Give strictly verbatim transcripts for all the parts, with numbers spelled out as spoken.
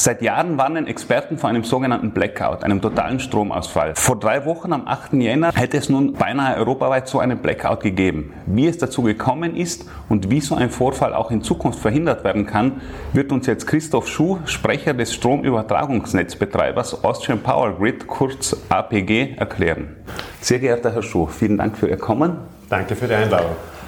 Seit Jahren warnen Experten vor einem sogenannten Blackout, einem totalen Stromausfall. Vor drei Wochen, am achten Jänner, hätte es nun beinahe europaweit so einen Blackout gegeben. Wie es dazu gekommen ist und wie so ein Vorfall auch in Zukunft verhindert werden kann, wird uns jetzt Christoph Schuh, Sprecher des Stromübertragungsnetzbetreibers Austrian Power Grid, kurz A P G, erklären. Sehr geehrter Herr Schuh, vielen Dank für Ihr Kommen. Danke für die Einladung.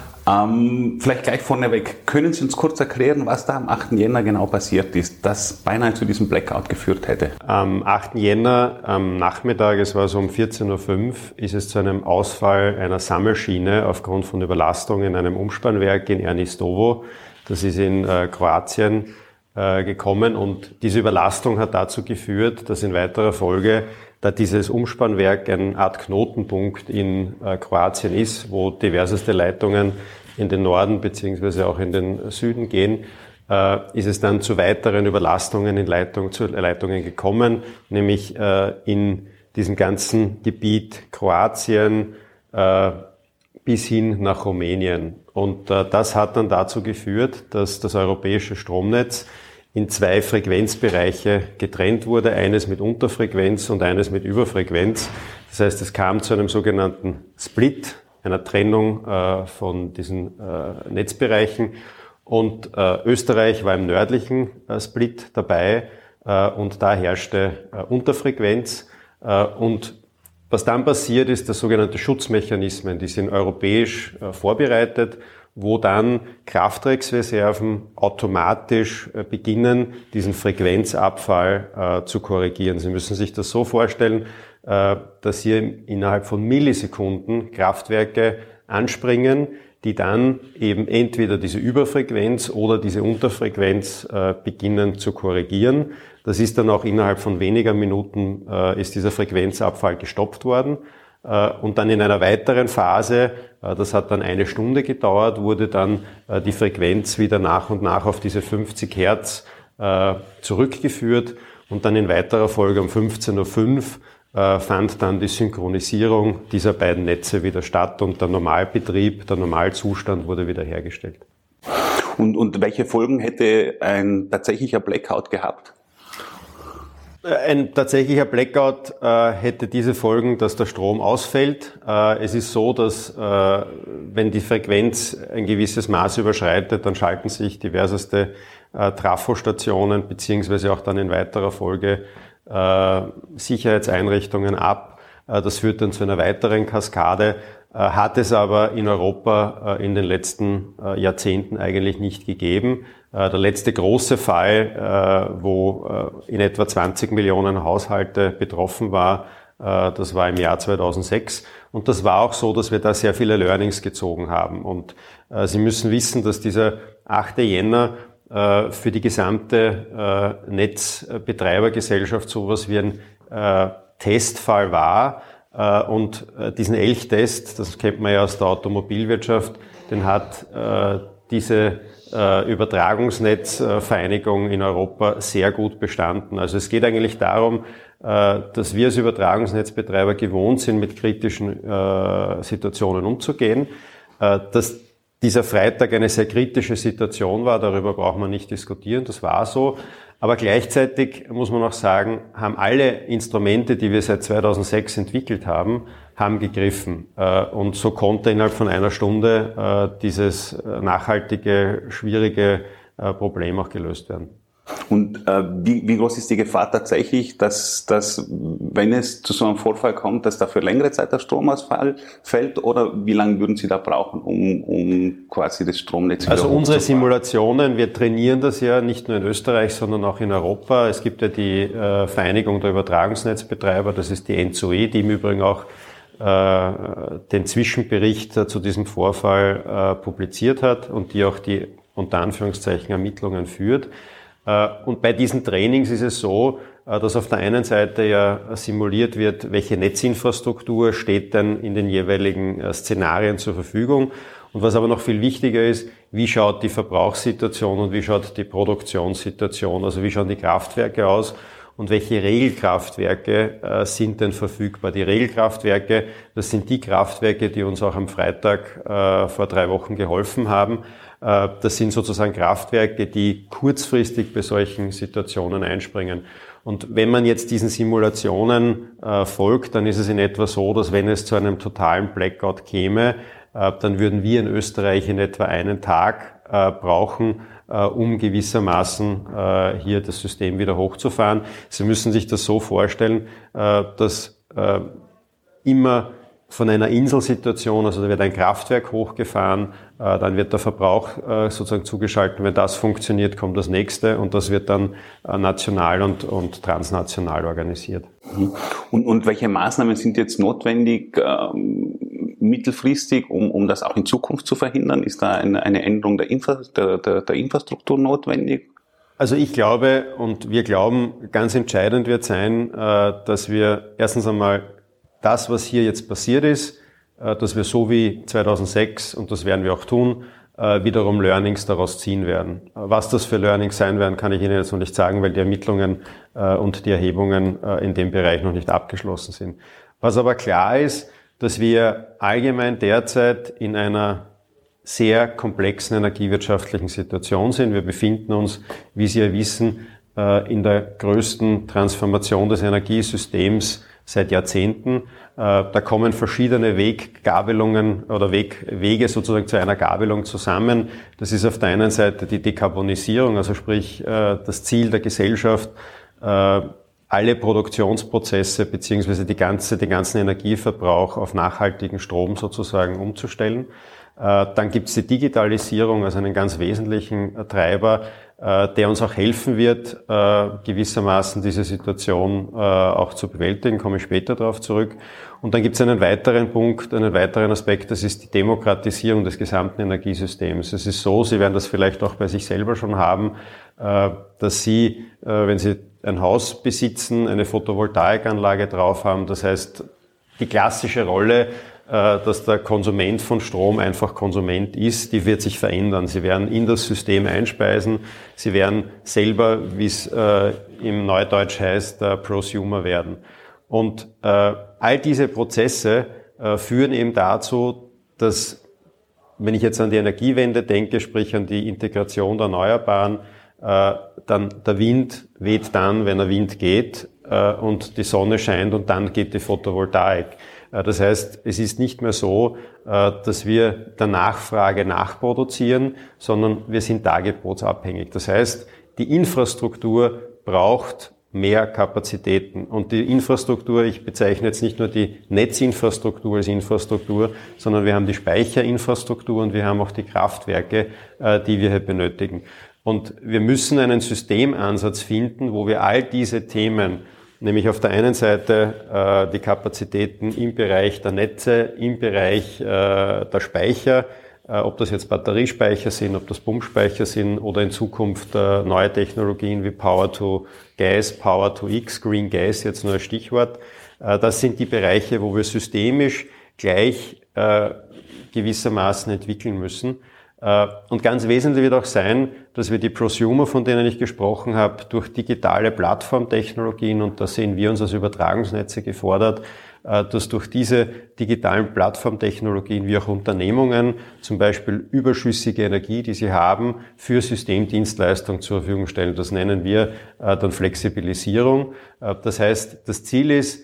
Ähm, vielleicht gleich vorneweg, können Sie uns kurz erklären, was da am achten Jänner genau passiert ist, das beinahe zu diesem Blackout geführt hätte? Am achten Jänner am Nachmittag, es war so um vierzehn Uhr fünf, ist es zu einem Ausfall einer Sammelschiene aufgrund von Überlastung in einem Umspannwerk in Ernistovo. Das ist in äh, Kroatien äh, gekommen und diese Überlastung hat dazu geführt, dass in weiterer Folge, da dieses Umspannwerk eine Art Knotenpunkt in äh, Kroatien ist, wo diverseste Leitungen in den Norden bzw. auch in den Süden gehen, äh, ist es dann zu weiteren Überlastungen in Leitung, zu Leitungen gekommen, nämlich äh, in diesem ganzen Gebiet Kroatien äh, bis hin nach Rumänien. Und äh, das hat dann dazu geführt, dass das europäische Stromnetz in zwei Frequenzbereiche getrennt wurde, eines mit Unterfrequenz und eines mit Überfrequenz. Das heißt, es kam zu einem sogenannten Split, einer Trennung äh, von diesen äh, Netzbereichen. Und äh, Österreich war im nördlichen äh, Split dabei äh, und da herrschte äh, Unterfrequenz. Äh, und was dann passiert, ist, dass sogenannte Schutzmechanismen, die sind europäisch äh, vorbereitet, wo dann Kraftwerksreserven automatisch äh, beginnen, diesen Frequenzabfall äh, zu korrigieren. Sie müssen sich das so vorstellen, äh, dass hier innerhalb von Millisekunden Kraftwerke anspringen, die dann eben entweder diese Überfrequenz oder diese Unterfrequenz äh, beginnen zu korrigieren. Das ist dann auch innerhalb von weniger Minuten äh, ist dieser Frequenzabfall gestoppt worden. Und dann in einer weiteren Phase, das hat dann eine Stunde gedauert, wurde dann die Frequenz wieder nach und nach auf diese fünfzig Hertz zurückgeführt. Und dann in weiterer Folge um fünfzehn Uhr fünf fand dann die Synchronisierung dieser beiden Netze wieder statt und der Normalbetrieb, der Normalzustand wurde wiederhergestellt. Und, und welche Folgen hätte ein tatsächlicher Blackout gehabt? Ein tatsächlicher Blackout äh, hätte diese Folgen, dass der Strom ausfällt. Äh, es ist so, dass äh, wenn die Frequenz ein gewisses Maß überschreitet, dann schalten sich diverseste äh, Trafostationen beziehungsweise auch dann in weiterer Folge äh, Sicherheitseinrichtungen ab. Äh, das führt dann zu einer weiteren Kaskade. Äh, hat es aber in Europa äh, in den letzten äh, Jahrzehnten eigentlich nicht gegeben. Der letzte große Fall, wo in etwa zwanzig Millionen Haushalte betroffen war, das war im Jahr zweitausendsechs. Und das war auch so, dass wir da sehr viele Learnings gezogen haben. Und Sie müssen wissen, dass dieser achte Jänner für die gesamte Netzbetreibergesellschaft sowas wie ein Testfall war. Und diesen Elchtest, das kennt man ja aus der Automobilwirtschaft, den hat diese Übertragungsnetzvereinigung in Europa sehr gut bestanden. Also es geht eigentlich darum, dass wir als Übertragungsnetzbetreiber gewohnt sind, mit kritischen Situationen umzugehen. Dass dieser Freitag eine sehr kritische Situation war, darüber braucht man nicht diskutieren, das war so. Aber gleichzeitig muss man auch sagen, haben alle Instrumente, die wir seit zweitausendsechs entwickelt haben, haben gegriffen. Und so konnte innerhalb von einer Stunde dieses nachhaltige, schwierige Problem auch gelöst werden. Und äh, wie, wie groß ist die Gefahr tatsächlich, dass, dass, wenn es zu so einem Vorfall kommt, dass da für längere Zeit der Stromausfall fällt? Oder wie lange würden Sie da brauchen, um, um quasi das Stromnetz wieder Also unsere Simulationen, wir trainieren das ja nicht nur in Österreich, sondern auch in Europa. Es gibt ja die äh, Vereinigung der Übertragungsnetzbetreiber, das ist die E N Z O E, die im Übrigen auch äh, den Zwischenbericht äh, zu diesem Vorfall äh, publiziert hat und die auch die unter Anführungszeichen Ermittlungen führt. Und bei diesen Trainings ist es so, dass auf der einen Seite ja simuliert wird, welche Netzinfrastruktur steht denn in den jeweiligen Szenarien zur Verfügung. Und was aber noch viel wichtiger ist, wie schaut die Verbrauchssituation und wie schaut die Produktionssituation, also wie schauen die Kraftwerke aus. und welche Regelkraftwerke äh, sind denn verfügbar. Die Regelkraftwerke, das sind die Kraftwerke, die uns auch am Freitag äh, vor drei Wochen geholfen haben. Äh, das sind sozusagen Kraftwerke, die kurzfristig bei solchen Situationen einspringen. Und wenn man jetzt diesen Simulationen äh, folgt, dann ist es in etwa so, dass wenn es zu einem totalen Blackout käme, äh, dann würden wir in Österreich in etwa einen Tag äh, brauchen, äh, um gewissermaßen äh, hier das System wieder hochzufahren. Sie müssen sich das so vorstellen, äh, dass äh, immer von einer Inselsituation, also da wird ein Kraftwerk hochgefahren, äh, dann wird der Verbrauch äh, sozusagen zugeschaltet. Wenn das funktioniert, kommt das nächste und das wird dann äh, national und, und transnational organisiert. Und, und welche Maßnahmen sind jetzt notwendig, ähm, mittelfristig, um, um das auch in Zukunft zu verhindern? Ist da eine, eine Änderung der, Infra, der, der, der Infrastruktur notwendig? Also ich glaube und wir glauben, ganz entscheidend wird sein, äh, dass wir erstens einmal das, was hier jetzt passiert ist, dass wir so wie zweitausendsechs, und das werden wir auch tun, wiederum Learnings daraus ziehen werden. Was das für Learnings sein werden, kann ich Ihnen jetzt noch nicht sagen, weil die Ermittlungen und die Erhebungen in dem Bereich noch nicht abgeschlossen sind. Was aber klar ist, dass wir allgemein derzeit in einer sehr komplexen energiewirtschaftlichen Situation sind. Wir befinden uns, wie Sie ja wissen, in der größten Transformation des Energiesystems seit Jahrzehnten. Da kommen verschiedene Weggabelungen oder Weg, Wege sozusagen zu einer Gabelung zusammen. Das ist auf der einen Seite die Dekarbonisierung, also sprich das Ziel der Gesellschaft, alle Produktionsprozesse beziehungsweise die ganze, den ganzen Energieverbrauch auf nachhaltigen Strom sozusagen umzustellen. Dann gibt es die Digitalisierung, also einen ganz wesentlichen Treiber, der uns auch helfen wird, gewissermaßen diese Situation auch zu bewältigen, komme ich später darauf zurück. Und dann gibt es einen weiteren Punkt, einen weiteren Aspekt, das ist die Demokratisierung des gesamten Energiesystems. Es ist so, Sie werden das vielleicht auch bei sich selber schon haben, dass Sie, wenn Sie ein Haus besitzen, eine Photovoltaikanlage drauf haben, das heißt, die klassische Rolle, dass der Konsument von Strom einfach Konsument ist, die wird sich verändern. Sie werden in das System einspeisen, Sie werden selber, wie es äh, im Neudeutsch heißt, äh, Prosumer werden. Und äh, all diese Prozesse äh, führen eben dazu, dass, wenn ich jetzt an die Energiewende denke, sprich an die Integration der Erneuerbaren, äh, dann der Wind weht dann, wenn der Wind geht, äh, und die Sonne scheint und dann geht die Photovoltaik. Das heißt, es ist nicht mehr so, dass wir der Nachfrage nachproduzieren, sondern wir sind dargebotsabhängig. Das heißt, die Infrastruktur braucht mehr Kapazitäten. Und die Infrastruktur, ich bezeichne jetzt nicht nur die Netzinfrastruktur als Infrastruktur, sondern wir haben die Speicherinfrastruktur und wir haben auch die Kraftwerke, die wir hier benötigen. Und wir müssen einen Systemansatz finden, wo wir all diese Themen, nämlich auf der einen Seite äh, die Kapazitäten im Bereich der Netze, im Bereich äh, der Speicher, äh, ob das jetzt Batteriespeicher sind, ob das Pumpspeicher sind oder in Zukunft äh, neue Technologien wie Power to Gas, Power to X, Green Gas jetzt nur als Stichwort. Äh, das sind die Bereiche, wo wir systemisch gleich äh, gewissermaßen entwickeln müssen. Und ganz wesentlich wird auch sein, dass wir die Prosumer, von denen ich gesprochen habe, durch digitale Plattformtechnologien, und da sehen wir uns als Übertragungsnetze gefordert, dass durch diese digitalen Plattformtechnologien wir auch Unternehmungen zum Beispiel überschüssige Energie, die sie haben, für Systemdienstleistungen zur Verfügung stellen. Das nennen wir dann Flexibilisierung. Das heißt, das Ziel ist,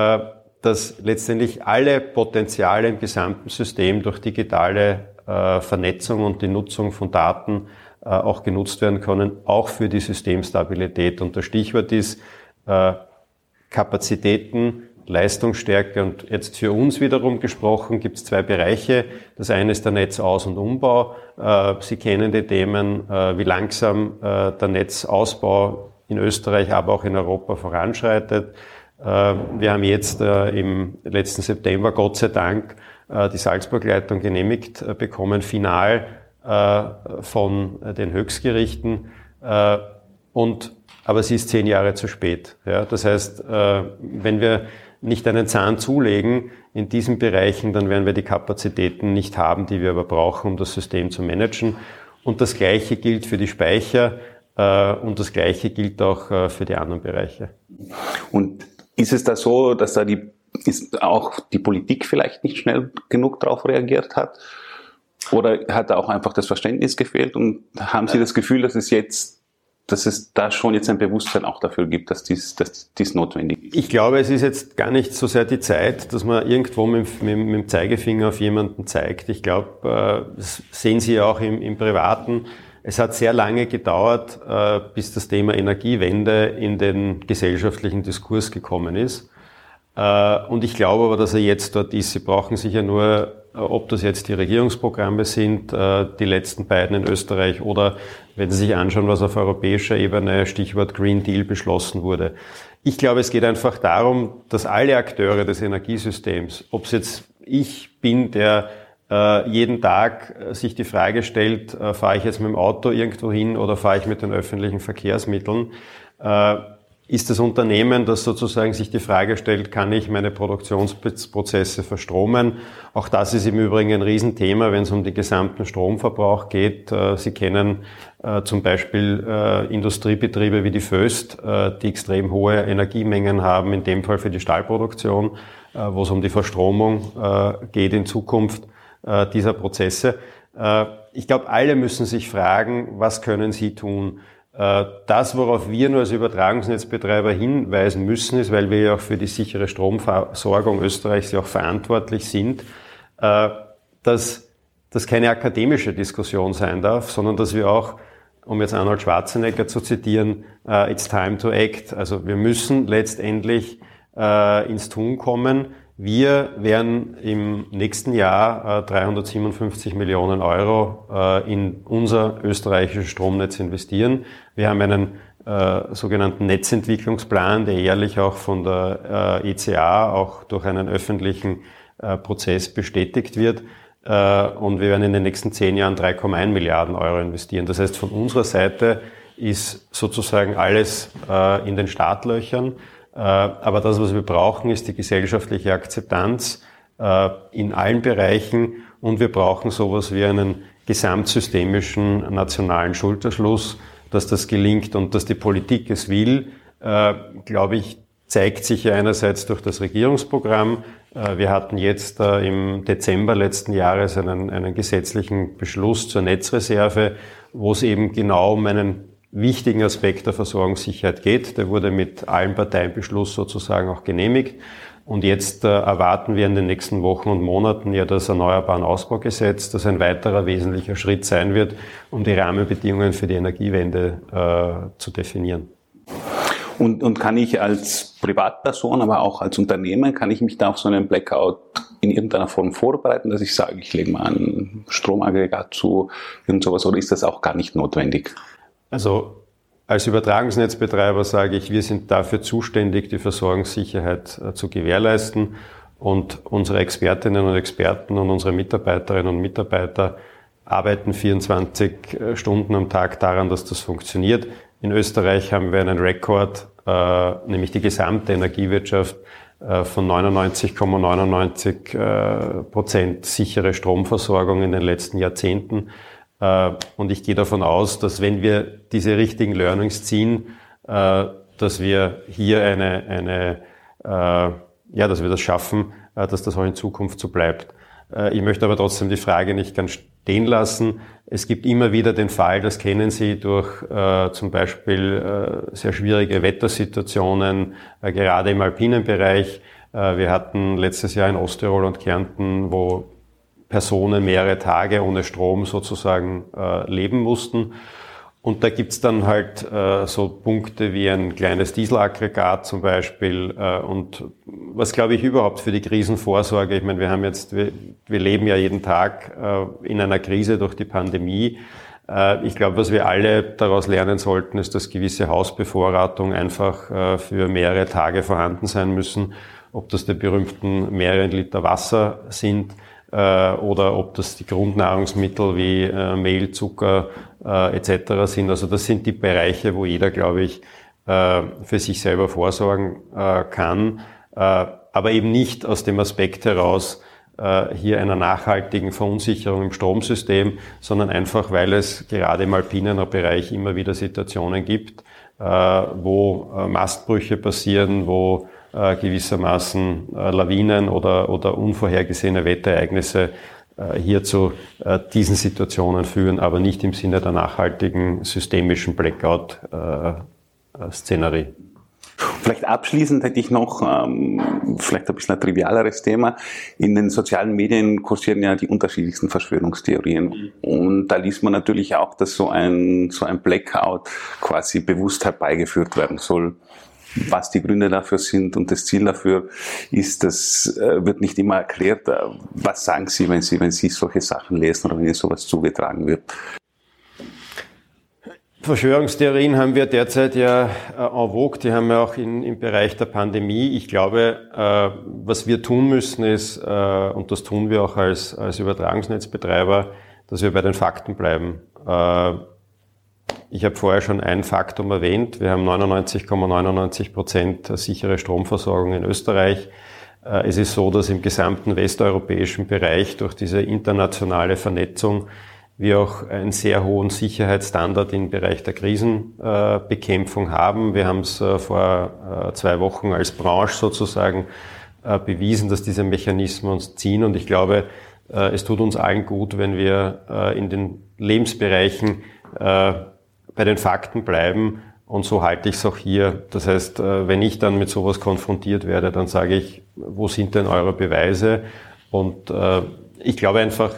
dass letztendlich alle Potenziale im gesamten System durch digitale Vernetzung und die Nutzung von Daten äh, auch genutzt werden können, auch für die Systemstabilität. Und das Stichwort ist äh, Kapazitäten, Leistungsstärke. Und jetzt für uns wiederum gesprochen gibt es zwei Bereiche. Das eine ist der Netzaus- und Umbau. Äh, Sie kennen die Themen, äh, wie langsam äh, der Netzausbau in Österreich, aber auch in Europa voranschreitet. Äh, wir haben jetzt äh, im letzten September, Gott sei Dank, die Salzburg-Leitung genehmigt bekommen, final äh, von den Höchstgerichten. Äh, und, aber sie ist zehn Jahre zu spät. Ja? Das heißt, äh, wenn wir nicht einen Zahn zulegen in diesen Bereichen, dann werden wir die Kapazitäten nicht haben, die wir aber brauchen, um das System zu managen. Und das Gleiche gilt für die Speicher äh, und das Gleiche gilt auch äh, für die anderen Bereiche. Und ist es da so, dass da die, ist auch die Politik vielleicht nicht schnell genug darauf reagiert hat? Oder hat da auch einfach das Verständnis gefehlt? Und haben Sie das Gefühl, dass es jetzt, dass es da schon jetzt ein Bewusstsein auch dafür gibt, dass dies, dass dies notwendig ist? Ich glaube, es ist jetzt gar nicht so sehr die Zeit, dass man irgendwo mit, mit, mit dem Zeigefinger auf jemanden zeigt. Ich glaube, das sehen Sie ja auch im, im Privaten. Es hat sehr lange gedauert, bis das Thema Energiewende in den gesellschaftlichen Diskurs gekommen ist. Und ich glaube aber, dass er jetzt dort ist. Sie brauchen sicher nur, ob das jetzt die Regierungsprogramme sind, die letzten beiden in Österreich, oder wenn Sie sich anschauen, was auf europäischer Ebene, Stichwort Green Deal, beschlossen wurde. Ich glaube, es geht einfach darum, dass alle Akteure des Energiesystems, ob es jetzt ich bin, der jeden Tag sich die Frage stellt, fahre ich jetzt mit dem Auto irgendwo hin oder fahre ich mit den öffentlichen Verkehrsmitteln, ist das Unternehmen, das sozusagen sich die Frage stellt, kann ich meine Produktionsprozesse verstromen? Auch das ist im Übrigen ein Riesenthema, wenn es um den gesamten Stromverbrauch geht. Sie kennen zum Beispiel Industriebetriebe wie die Föst, die extrem hohe Energiemengen haben, in dem Fall für die Stahlproduktion, wo es um die Verstromung geht in Zukunft dieser Prozesse. Ich glaube, alle müssen sich fragen, was können sie tun? Das, worauf wir nur als Übertragungsnetzbetreiber hinweisen müssen, ist, weil wir ja auch für die sichere Stromversorgung Österreichs ja auch verantwortlich sind, dass das keine akademische Diskussion sein darf, sondern dass wir auch, um jetzt Arnold Schwarzenegger zu zitieren, it's time to act. Also wir müssen letztendlich ins Tun kommen. Wir werden im nächsten Jahr äh, dreihundertsiebenundfünfzig Millionen Euro äh, in unser österreichisches Stromnetz investieren. Wir haben einen äh, sogenannten Netzentwicklungsplan, der jährlich auch von der äh, E C A auch durch einen öffentlichen äh, Prozess bestätigt wird. Äh, und wir werden in den nächsten zehn Jahren drei Komma eins Milliarden Euro investieren. Das heißt, von unserer Seite ist sozusagen alles äh, in den Startlöchern. Aber das, was wir brauchen, ist die gesellschaftliche Akzeptanz in allen Bereichen, und wir brauchen sowas wie einen gesamtsystemischen nationalen Schulterschluss, dass das gelingt und dass die Politik es will, glaube ich, zeigt sich ja einerseits durch das Regierungsprogramm. Wir hatten jetzt im Dezember letzten Jahres einen, einen gesetzlichen Beschluss zur Netzreserve, wo es eben genau um einen wichtigen Aspekt der Versorgungssicherheit geht. Der wurde mit allen Parteienbeschluss sozusagen auch genehmigt. Und jetzt äh, erwarten wir in den nächsten Wochen und Monaten ja das Erneuerbaren Ausbaugesetz, das ein weiterer wesentlicher Schritt sein wird, um die Rahmenbedingungen für die Energiewende äh, zu definieren. Und, und kann ich als Privatperson, aber auch als Unternehmen, kann ich mich da auf so einen Blackout in irgendeiner Form vorbereiten, dass ich sage, ich lege mal ein Stromaggregat zu, irgend sowas, oder ist das auch gar nicht notwendig? Also als Übertragungsnetzbetreiber sage ich, wir sind dafür zuständig, die Versorgungssicherheit äh, zu gewährleisten, und unsere Expertinnen und Experten und unsere Mitarbeiterinnen und Mitarbeiter arbeiten vierundzwanzig Stunden am Tag daran, dass das funktioniert. In Österreich haben wir einen Rekord, äh, nämlich die gesamte Energiewirtschaft äh, von neunundneunzig Komma neunundneunzig Prozent sichere Stromversorgung in den letzten Jahrzehnten. Und ich gehe davon aus, dass wenn wir diese richtigen Learnings ziehen, dass wir hier eine, eine, ja, dass wir das schaffen, dass das auch in Zukunft so bleibt. Ich möchte aber trotzdem die Frage nicht ganz stehen lassen. Es gibt immer wieder den Fall, das kennen Sie, durch zum Beispiel sehr schwierige Wettersituationen, gerade im alpinen Bereich. Wir hatten letztes Jahr in Osttirol und Kärnten, wo Personen mehrere Tage ohne Strom sozusagen äh, leben mussten. Und da gibt's dann halt äh, so Punkte wie ein kleines Dieselaggregat zum Beispiel. Äh, und was, glaube ich, überhaupt für die Krisenvorsorge, ich meine, wir haben jetzt, wir, wir leben ja jeden Tag äh, in einer Krise durch die Pandemie. Äh, ich glaube, was wir alle daraus lernen sollten, ist, dass gewisse Hausbevorratungen einfach äh, für mehrere Tage vorhanden sein müssen. Ob das die berühmten mehreren Liter Wasser sind, oder ob das die Grundnahrungsmittel wie äh, Mehl, Zucker äh, et cetera sind. Also das sind die Bereiche, wo jeder, glaube ich, äh, für sich selber vorsorgen äh, kann, äh, aber eben nicht aus dem Aspekt heraus äh, hier einer nachhaltigen Verunsicherung im Stromsystem, sondern einfach, weil es gerade im alpinen Bereich immer wieder Situationen gibt, wo Mastbrüche passieren, wo gewissermaßen Lawinen oder, oder unvorhergesehene Wetterereignisse hier zu diesen Situationen führen, aber nicht im Sinne der nachhaltigen systemischen Blackout-Szenerie. Vielleicht abschließend hätte ich noch ähm, vielleicht ein bisschen ein trivialeres Thema. In den sozialen Medien kursieren ja die unterschiedlichsten Verschwörungstheorien. Und da liest man natürlich auch, dass so ein, so ein Blackout quasi bewusst herbeigeführt werden soll. Was die Gründe dafür sind und das Ziel dafür ist, das äh, wird nicht immer erklärt. Was sagen Sie, wenn Sie, wenn Sie solche Sachen lesen oder wenn Ihnen sowas zugetragen wird? Verschwörungstheorien haben wir derzeit ja äh, en vogue, die haben wir auch in, im Bereich der Pandemie. Ich glaube, äh, was wir tun müssen ist, äh, und das tun wir auch als, als Übertragungsnetzbetreiber, dass wir bei den Fakten bleiben. Äh, ich habe vorher schon ein Faktum erwähnt. Wir haben neunundneunzig Komma neunundneunzig Prozent sichere Stromversorgung in Österreich. Äh, es ist so, dass im gesamten westeuropäischen Bereich durch diese internationale Vernetzung wir auch einen sehr hohen Sicherheitsstandard im Bereich der Krisenbekämpfung äh, haben. Wir haben es äh, vor äh, zwei Wochen als Branche sozusagen äh, bewiesen, dass diese Mechanismen uns ziehen. Und ich glaube, äh, es tut uns allen gut, wenn wir äh, in den Lebensbereichen äh, bei den Fakten bleiben. Und so halte ich es auch hier. Das heißt, äh, wenn ich dann mit sowas konfrontiert werde, dann sage ich, wo sind denn eure Beweise? Und äh, ich glaube einfach,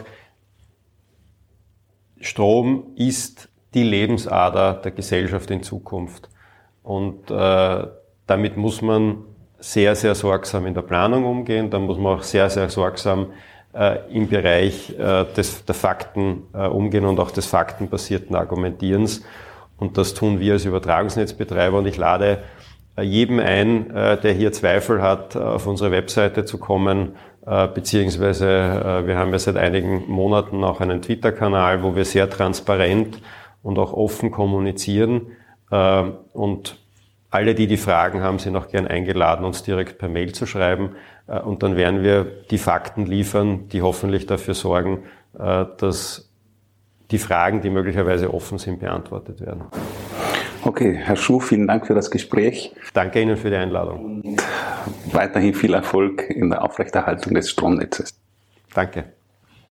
Strom ist die Lebensader der Gesellschaft in Zukunft. Und äh, damit muss man sehr, sehr sorgsam in der Planung umgehen. Da muss man auch sehr, sehr sorgsam äh, im Bereich äh, des, der Fakten äh, umgehen und auch des faktenbasierten Argumentierens. Und das tun wir als Übertragungsnetzbetreiber. Und ich lade äh, jedem ein, äh, der hier Zweifel hat, äh, auf unsere Webseite zu kommen, beziehungsweise wir haben ja seit einigen Monaten auch einen Twitter-Kanal, wo wir sehr transparent und auch offen kommunizieren. Und alle, die die Fragen haben, sind auch gern eingeladen, uns direkt per Mail zu schreiben. Und dann werden wir die Fakten liefern, die hoffentlich dafür sorgen, dass die Fragen, die möglicherweise offen sind, beantwortet werden. Okay, Herr Schuh, vielen Dank für das Gespräch. Danke Ihnen für die Einladung. Und weiterhin viel Erfolg in der Aufrechterhaltung des Stromnetzes. Danke.